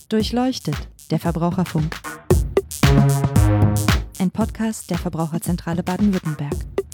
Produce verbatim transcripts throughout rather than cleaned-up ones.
Durchleuchtet, der Verbraucherfunk. Ein Podcast der Verbraucherzentrale Baden-Württemberg.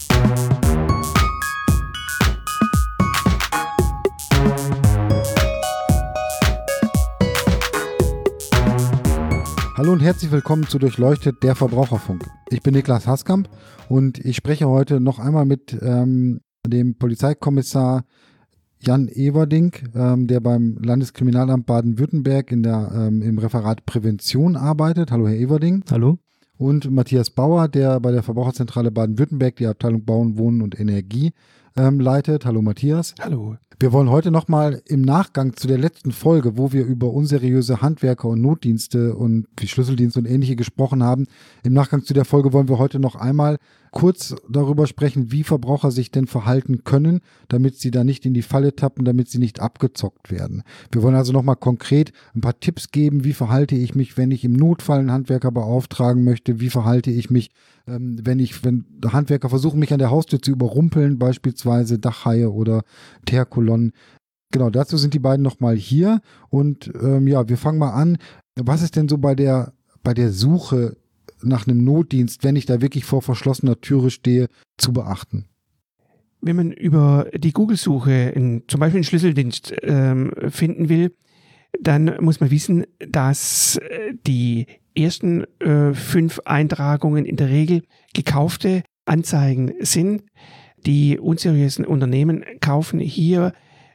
Hallo und herzlich willkommen zu Durchleuchtet, der Verbraucherfunk. Ich bin Niklas Haskamp und ich spreche heute noch einmal mit ähm, dem Polizeikommissar Jan Everding, ähm, der beim Landeskriminalamt Baden-Württemberg in der, ähm, im Referat Prävention arbeitet. Hallo Herr Everding. Hallo. Und Matthias Bauer, der bei der Verbraucherzentrale Baden-Württemberg die Abteilung Bauen, Wohnen und Energie ähm, leitet. Hallo Matthias. Hallo. Wir wollen heute nochmal im Nachgang zu der letzten Folge, wo wir über unseriöse Handwerker und Notdienste und wie Schlüsseldienste und ähnliche gesprochen haben, im Nachgang zu der Folge wollen wir heute noch einmal kurz darüber sprechen, wie Verbraucher sich denn verhalten können, damit sie da nicht in die Falle tappen, damit sie nicht abgezockt werden. Wir wollen also nochmal konkret ein paar Tipps geben, wie verhalte ich mich, wenn ich im Notfall einen Handwerker beauftragen möchte, wie verhalte ich mich, ähm, wenn ich, wenn Handwerker versuchen, mich an der Haustür zu überrumpeln, beispielsweise Dachhaie oder Teerkolonnen. Genau, dazu sind die beiden nochmal hier und ähm, ja, wir fangen mal an. Was ist denn so bei der, bei der Suche nach einem Notdienst, wenn ich da wirklich vor verschlossener Türe stehe, zu beachten? Wenn man über die Google-Suche in, zum Beispiel einen Schlüsseldienst ähm, finden will, dann muss man wissen, dass die ersten äh, fünf Eintragungen in der Regel gekaufte Anzeigen sind. Die unseriösen Unternehmen kaufen hier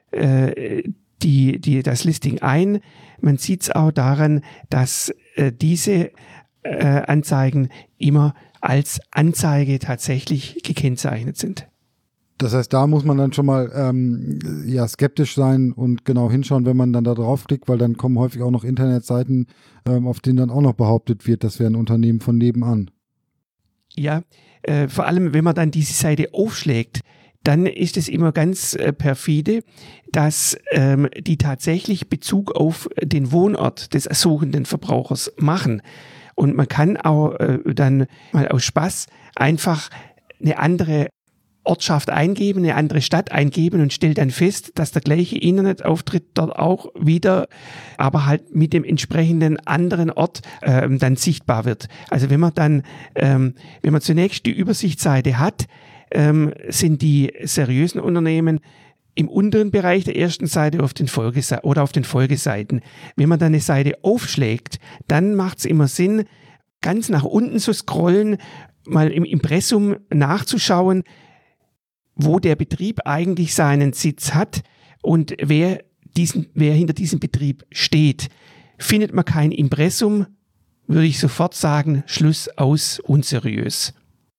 äh, die, die, das Listing ein. Man sieht es auch daran, dass äh, diese Äh, Anzeigen immer als Anzeige tatsächlich gekennzeichnet sind. Das heißt, da muss man dann schon mal ähm, ja, skeptisch sein und genau hinschauen, wenn man dann da draufklickt, weil dann kommen häufig auch noch Internetseiten, ähm, auf denen dann auch noch behauptet wird, das wäre ein Unternehmen von nebenan. Ja, äh, vor allem, wenn man dann diese Seite aufschlägt, dann ist es immer ganz äh, perfide, dass ähm, die tatsächlich Bezug auf den Wohnort des suchenden Verbrauchers machen. Und man kann auch äh, dann mal aus Spaß einfach eine andere Ortschaft eingeben, eine andere Stadt eingeben und stellt dann fest, dass der gleiche Internetauftritt dort auch wieder, aber halt mit dem entsprechenden anderen Ort ähm, dann sichtbar wird. Also wenn man dann, ähm, wenn man zunächst die Übersichtsseite hat, ähm, sind die seriösen Unternehmen im unteren Bereich der ersten Seite auf den Folgese- oder auf den Folgeseiten. Wenn man dann eine Seite aufschlägt, dann macht es immer Sinn, ganz nach unten zu scrollen, mal im Impressum nachzuschauen, wo der Betrieb eigentlich seinen Sitz hat und wer diesen, wer hinter diesem Betrieb steht. Findet man kein Impressum, würde ich sofort sagen, Schluss aus, unseriös.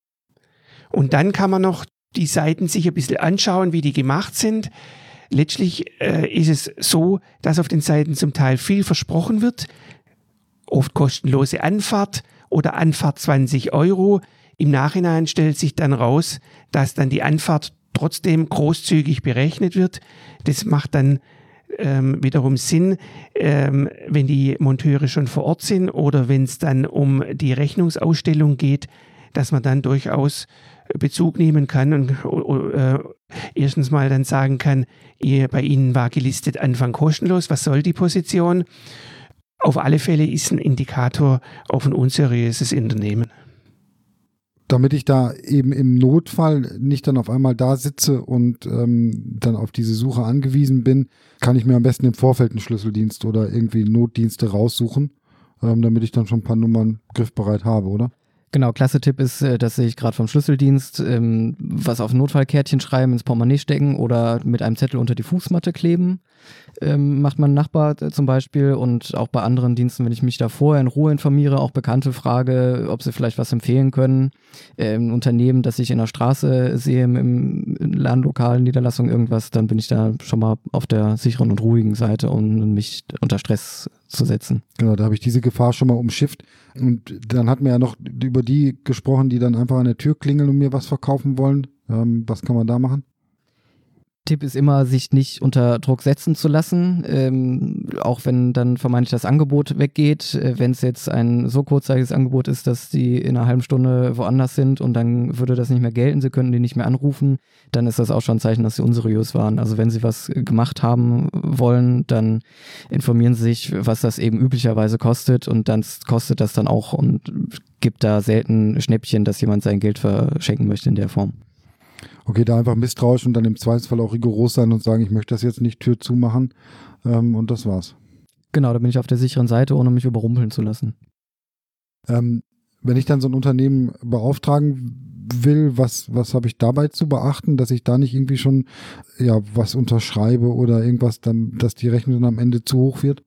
Und dann kann man noch die Seiten sich ein bisschen anschauen, wie die gemacht sind. Letztlich äh, ist es so, dass auf den Seiten zum Teil viel versprochen wird. Oft kostenlose Anfahrt oder Anfahrt zwanzig Euro. Im Nachhinein stellt sich dann raus, dass dann die Anfahrt trotzdem großzügig berechnet wird. Das macht dann ähm, wiederum Sinn, ähm, wenn die Monteure schon vor Ort sind oder wenn es dann um die Rechnungsausstellung geht, dass man dann durchaus Bezug nehmen kann und äh, erstens mal dann sagen kann, ihr, bei Ihnen war gelistet Anfang kostenlos, was soll die Position? Auf alle Fälle ist ein Indikator auf ein unseriöses Unternehmen. Damit ich da eben im Notfall nicht dann auf einmal da sitze und ähm, dann auf diese Suche angewiesen bin, kann ich mir am besten im Vorfeld einen Schlüsseldienst oder irgendwie Notdienste raussuchen, ähm, damit ich dann schon ein paar Nummern griffbereit habe, oder? Genau, klasse Tipp ist, dass sehe ich gerade vom Schlüsseldienst, ähm, was auf ein Notfallkärtchen schreiben, ins Portemonnaie stecken oder mit einem Zettel unter die Fußmatte kleben. Ähm, macht mein Nachbar äh, zum Beispiel und auch bei anderen Diensten, wenn ich mich da vorher in Ruhe informiere, auch Bekannte frage, ob sie vielleicht was empfehlen können. Äh, ein Unternehmen, das ich in der Straße sehe, im, im Ladenlokal, Niederlassung, irgendwas, dann bin ich da schon mal auf der sicheren und ruhigen Seite, um mich unter Stress zu setzen. Genau, da habe ich diese Gefahr schon mal umschifft. Und dann hatten wir ja noch über die gesprochen, die dann einfach an der Tür klingeln und mir was verkaufen wollen. Ähm, was kann man da machen? Tipp ist immer, sich nicht unter Druck setzen zu lassen, ähm, auch wenn dann vermeintlich das Angebot weggeht. Äh, wenn es jetzt ein so kurzzeitiges Angebot ist, dass die in einer halben Stunde woanders sind und dann würde das nicht mehr gelten, sie können die nicht mehr anrufen, dann ist das auch schon ein Zeichen, dass sie unseriös waren. Also wenn sie was gemacht haben wollen, dann informieren sie sich, was das eben üblicherweise kostet und dann kostet das dann auch und gibt da selten Schnäppchen, dass jemand sein Geld verschenken möchte in der Form. Okay, da einfach misstrauisch und dann im Zweifelsfall auch rigoros sein und sagen, ich möchte das jetzt nicht, Tür zumachen ähm, und das war's. Genau, da bin ich auf der sicheren Seite, ohne mich überrumpeln zu lassen. Ähm, wenn ich dann so ein Unternehmen beauftragen will, was, was habe ich dabei zu beachten, dass ich da nicht irgendwie schon ja was unterschreibe oder irgendwas, dann, dass die Rechnung dann am Ende zu hoch wird?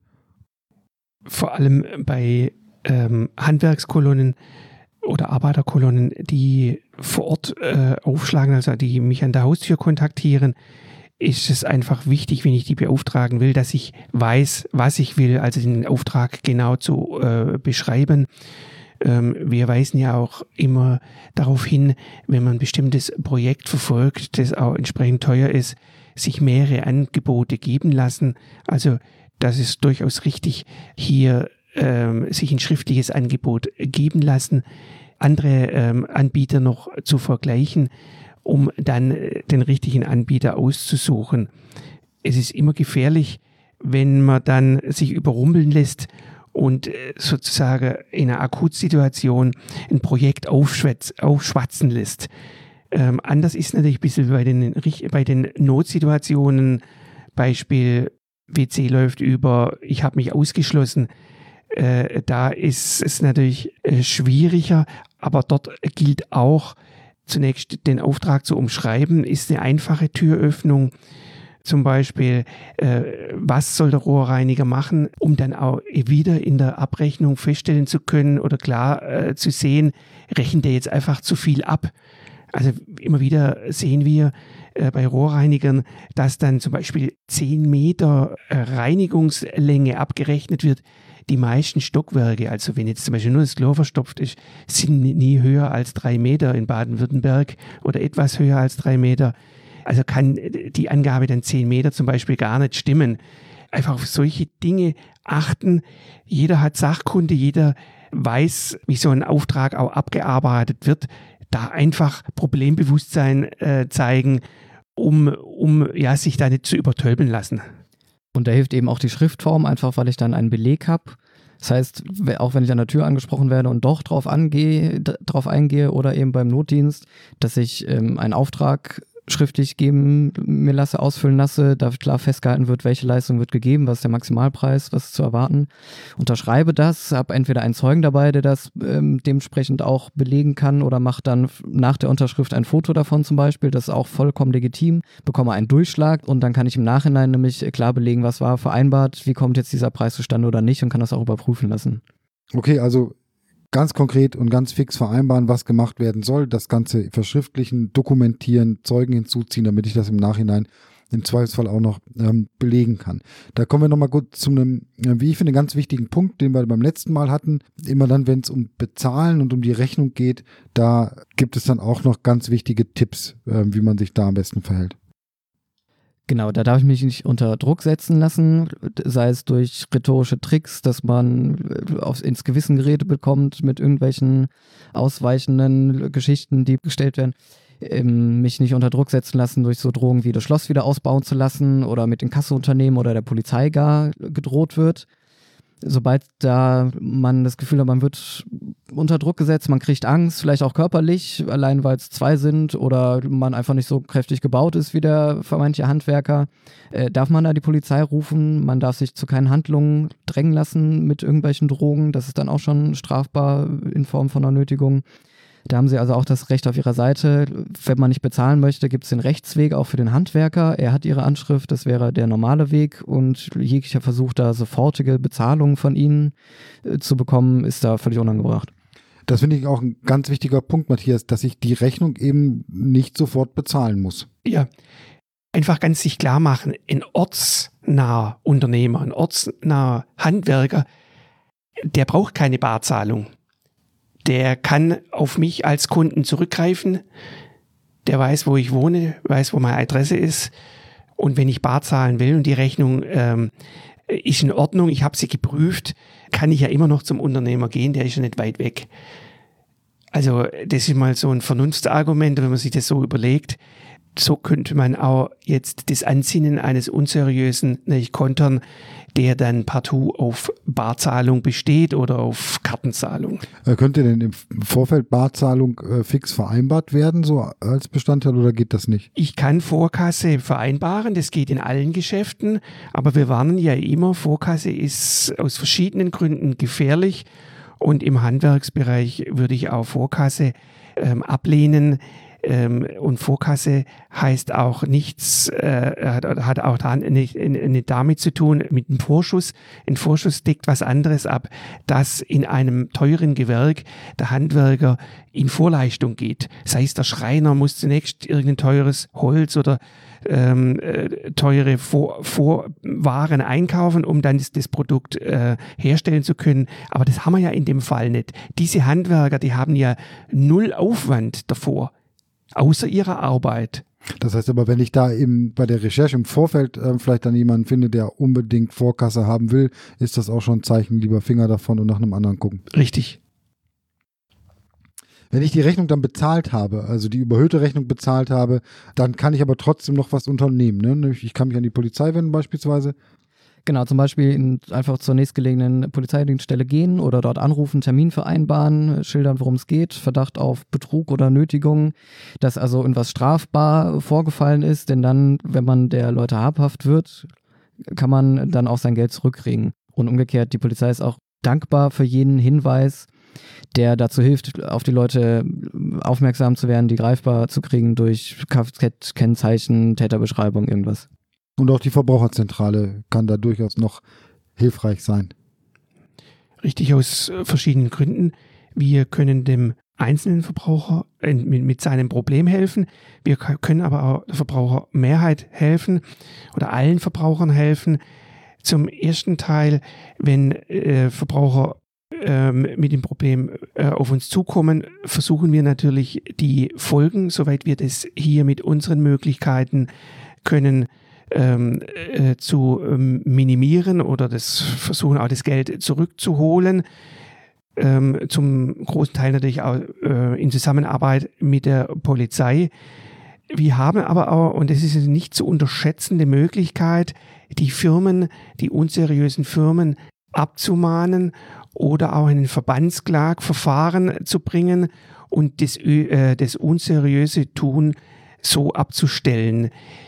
Vor allem bei ähm, Handwerkskolonnen oder Arbeiterkolonnen, die vor Ort äh, aufschlagen, also die mich an der Haustür kontaktieren, ist es einfach wichtig, wenn ich die beauftragen will, dass ich weiß, was ich will, also den Auftrag genau zu äh, beschreiben. Ähm, wir weisen ja auch immer darauf hin, wenn man ein bestimmtes Projekt verfolgt, das auch entsprechend teuer ist, sich mehrere Angebote geben lassen. Also das ist durchaus richtig, hier ähm, sich ein schriftliches Angebot geben lassen, andere ähm, Anbieter noch zu vergleichen, um dann den richtigen Anbieter auszusuchen. Es ist immer gefährlich, wenn man dann sich überrumpeln lässt und sozusagen in einer Akutsituation ein Projekt aufschwätz, aufschwatzen lässt. Ähm, anders ist natürlich ein bisschen bei den, bei den Notsituationen, Beispiel W C läuft über, ich habe mich ausgeschlossen. Äh, da ist es natürlich äh, schwieriger, aber dort gilt auch, zunächst den Auftrag zu umschreiben, ist eine einfache Türöffnung. Zum Beispiel, äh, was soll der Rohrreiniger machen, um dann auch wieder in der Abrechnung feststellen zu können oder klar äh, zu sehen, rechnet der jetzt einfach zu viel ab. Also immer wieder sehen wir äh, bei Rohrreinigern, dass dann zum Beispiel zehn Meter äh, Reinigungslänge abgerechnet wird. Die meisten Stockwerke, also wenn jetzt zum Beispiel nur das Klo verstopft ist, sind nie höher als drei Meter in Baden-Württemberg oder etwas höher als drei Meter. Also kann die Angabe dann zehn Meter zum Beispiel gar nicht stimmen. Einfach auf solche Dinge achten. Jeder hat Sachkunde, jeder weiß, wie so ein Auftrag auch abgearbeitet wird. Da einfach Problembewusstsein äh, zeigen, um, um ja, sich da nicht zu übertölpeln lassen. Und da hilft eben auch die Schriftform, einfach weil ich dann einen Beleg habe. Das heißt, auch wenn ich an der Tür angesprochen werde und doch drauf, angehe, drauf eingehe oder eben beim Notdienst, dass ich ähm, einen Auftrag schriftlich geben mir lasse, ausfüllen lasse, da klar festgehalten wird, welche Leistung wird gegeben, was ist der Maximalpreis, was ist zu erwarten. Unterschreibe das, habe entweder einen Zeugen dabei, der das ähm, dementsprechend auch belegen kann oder mache dann nach der Unterschrift ein Foto davon zum Beispiel, das ist auch vollkommen legitim, bekomme einen Durchschlag und dann kann ich im Nachhinein nämlich klar belegen, was war vereinbart, wie kommt jetzt dieser Preis zustande oder nicht und kann das auch überprüfen lassen. Okay, also ganz konkret und ganz fix vereinbaren, was gemacht werden soll, das Ganze verschriftlichen, dokumentieren, Zeugen hinzuziehen, damit ich das im Nachhinein im Zweifelsfall auch noch ähm, belegen kann. Da kommen wir nochmal gut zu einem, wie ich finde, ganz wichtigen Punkt, den wir beim letzten Mal hatten. Immer dann, wenn es um Bezahlen und um die Rechnung geht, da gibt es dann auch noch ganz wichtige Tipps, äh, wie man sich da am besten verhält. Genau, da darf ich mich nicht unter Druck setzen lassen, sei es durch rhetorische Tricks, dass man aufs, ins Gewissen geredet bekommt mit irgendwelchen ausweichenden Geschichten, die gestellt werden. Ähm, mich nicht unter Druck setzen lassen durch so Drohungen wie das Schloss wieder ausbauen zu lassen oder mit den Kasseunternehmen oder der Polizei gar gedroht wird. Sobald da man das Gefühl hat, man wird unter Druck gesetzt, man kriegt Angst, vielleicht auch körperlich, allein weil es zwei sind oder man einfach nicht so kräftig gebaut ist wie der vermeintliche Handwerker, äh, darf man da die Polizei rufen, man darf sich zu keinen Handlungen drängen lassen mit irgendwelchen Drogen, das ist dann auch schon strafbar in Form von einer Nötigung. Da haben sie also auch das Recht auf ihrer Seite. Wenn man nicht bezahlen möchte, gibt es den Rechtsweg auch für den Handwerker. Er hat ihre Anschrift, das wäre der normale Weg und jeglicher Versuch, da sofortige Bezahlung von ihnen äh, zu bekommen, ist da völlig unangebracht. Das finde ich auch ein ganz wichtiger Punkt, Matthias, dass ich die Rechnung eben nicht sofort bezahlen muss. Ja, einfach ganz sich klar machen, ein ortsnaher Unternehmer, ein ortsnaher Handwerker, der braucht keine Barzahlung. Der kann auf mich als Kunden zurückgreifen. Der weiß, wo ich wohne, weiß, wo meine Adresse ist. Und wenn ich bar zahlen will und die Rechnung ähm, ist in Ordnung, ich habe sie geprüft, kann ich ja immer noch zum Unternehmer gehen, der ist ja nicht weit weg. Also das ist mal so ein Vernunftsargument, wenn man sich das so überlegt. So könnte man auch jetzt das Ansinnen eines Unseriösen nicht kontern, der dann partout auf Barzahlung besteht oder auf Kartenzahlung. Äh, könnte denn im Vorfeld Barzahlung äh, fix vereinbart werden, so als Bestandteil, oder geht das nicht? Ich kann Vorkasse vereinbaren, das geht in allen Geschäften, aber wir warnen ja immer, Vorkasse ist aus verschiedenen Gründen gefährlich und im Handwerksbereich würde ich auch Vorkasse ähm, ablehnen. Ähm, und Vorkasse heißt auch nichts, äh, hat, hat auch da nicht, nicht damit zu tun mit dem Vorschuss. Ein Vorschuss deckt was anderes ab, dass in einem teuren Gewerk der Handwerker in Vorleistung geht. Sei es der Schreiner muss zunächst irgendein teures Holz oder ähm, äh, teure Vor- Vorwaren einkaufen, um dann das, das Produkt äh, herstellen zu können. Aber das haben wir ja in dem Fall nicht. Diese Handwerker, die haben ja null Aufwand davor. Außer ihrer Arbeit. Das heißt aber, wenn ich da eben bei der Recherche im Vorfeld äh, vielleicht dann jemanden finde, der unbedingt Vorkasse haben will, ist das auch schon ein Zeichen, lieber Finger davon und nach einem anderen gucken. Richtig. Wenn ich die Rechnung dann bezahlt habe, also die überhöhte Rechnung bezahlt habe, dann kann ich aber trotzdem noch was unternehmen. Ne? Ich kann mich an die Polizei wenden beispielsweise. Genau, zum Beispiel in, einfach zur nächstgelegenen Polizeidienststelle gehen oder dort anrufen, Termin vereinbaren, schildern, worum es geht, Verdacht auf Betrug oder Nötigung, dass also irgendwas strafbar vorgefallen ist, denn dann, wenn man der Leute habhaft wird, kann man dann auch sein Geld zurückkriegen. Und umgekehrt, die Polizei ist auch dankbar für jeden Hinweis, der dazu hilft, auf die Leute aufmerksam zu werden, die greifbar zu kriegen durch Kfz-Kennzeichen, Täterbeschreibung, irgendwas. Und auch die Verbraucherzentrale kann da durchaus noch hilfreich sein. Richtig, aus verschiedenen Gründen. Wir können dem einzelnen Verbraucher mit, mit seinem Problem helfen. Wir können aber auch der Verbrauchermehrheit helfen oder allen Verbrauchern helfen. Zum ersten Teil, wenn äh, Verbraucher äh, mit dem Problem äh, auf uns zukommen, versuchen wir natürlich die Folgen, soweit wir das hier mit unseren Möglichkeiten können, Ähm, äh, zu ähm, minimieren oder das versuchen auch das Geld zurückzuholen. Ähm, zum großen Teil natürlich auch äh, in Zusammenarbeit mit der Polizei. Wir haben aber auch, und das ist eine nicht zu unterschätzende Möglichkeit, die Firmen, die unseriösen Firmen abzumahnen oder auch in ein Verbandsklagverfahren zu bringen und das, äh, das unseriöse Tun so abzustellen.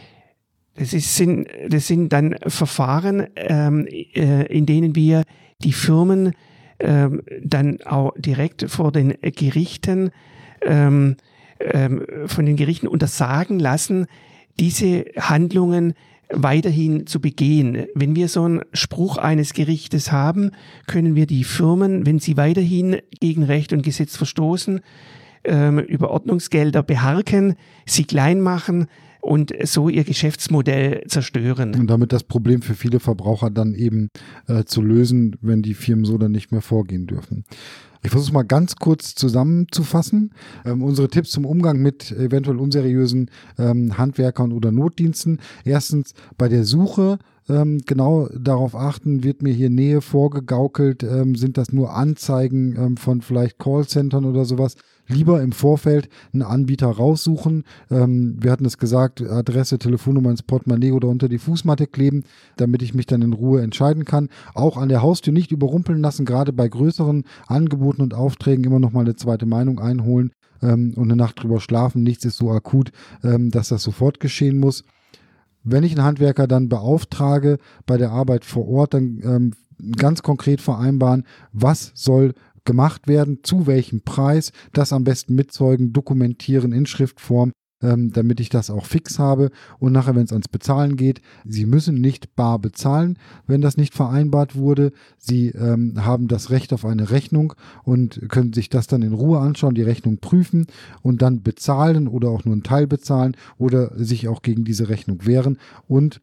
Das, ist, sind, das sind dann Verfahren, ähm, äh, in denen wir die Firmen ähm, dann auch direkt vor den Gerichten, ähm, ähm, von den Gerichten untersagen lassen, diese Handlungen weiterhin zu begehen. Wenn wir so einen Spruch eines Gerichtes haben, können wir die Firmen, wenn sie weiterhin gegen Recht und Gesetz verstoßen, ähm, über Ordnungsgelder beharken, sie klein machen und so ihr Geschäftsmodell zerstören. Und damit das Problem für viele Verbraucher dann eben äh, zu lösen, wenn die Firmen so dann nicht mehr vorgehen dürfen. Ich versuche es mal ganz kurz zusammenzufassen. Ähm, unsere Tipps zum Umgang mit eventuell unseriösen ähm, Handwerkern oder Notdiensten. Erstens bei der Suche ähm, genau darauf achten, wird mir hier Nähe vorgegaukelt, ähm, sind das nur Anzeigen ähm, von vielleicht Callcentern oder sowas. Lieber im Vorfeld einen Anbieter raussuchen. Ähm, wir hatten es gesagt, Adresse, Telefonnummer ins Portemonnaie oder unter die Fußmatte kleben, damit ich mich dann in Ruhe entscheiden kann. Auch an der Haustür nicht überrumpeln lassen, gerade bei größeren Angeboten und Aufträgen immer noch mal eine zweite Meinung einholen ähm, und eine Nacht drüber schlafen. Nichts ist so akut, ähm, dass das sofort geschehen muss. Wenn ich einen Handwerker dann beauftrage bei der Arbeit vor Ort, dann ähm, ganz konkret vereinbaren, was soll gemacht werden, zu welchem Preis, das am besten mit Zeugen dokumentieren in Schriftform, ähm, damit ich das auch fix habe. Und nachher, wenn es ans Bezahlen geht, Sie müssen nicht bar bezahlen, wenn das nicht vereinbart wurde. Sie ähm, haben das Recht auf eine Rechnung und können sich das dann in Ruhe anschauen, die Rechnung prüfen und dann bezahlen oder auch nur einen Teil bezahlen oder sich auch gegen diese Rechnung wehren. Und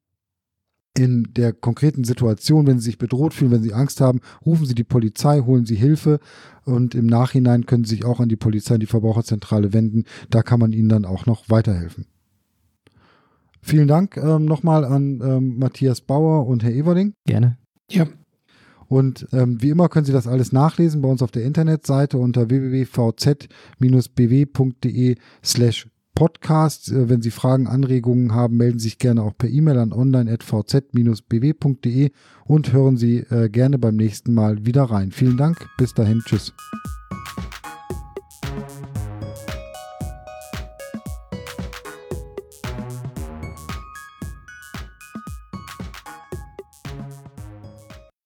in der konkreten Situation, wenn Sie sich bedroht fühlen, wenn Sie Angst haben, rufen Sie die Polizei, holen Sie Hilfe und im Nachhinein können Sie sich auch an die Polizei, an die Verbraucherzentrale wenden. Da kann man Ihnen dann auch noch weiterhelfen. Vielen Dank ähm, nochmal an ähm, Matthias Bauer und Herr Everling. Gerne. Ja. Und ähm, wie immer können Sie das alles nachlesen bei uns auf der Internetseite unter w w w punkt v z bindestrich b w punkt d e slash podcast. Äh, wenn Sie Fragen, Anregungen haben, melden Sie sich gerne auch per E-Mail an online at v z bindestrich b w punkt d e und hören Sie äh, gerne beim nächsten Mal wieder rein. Vielen Dank. Bis dahin. Tschüss.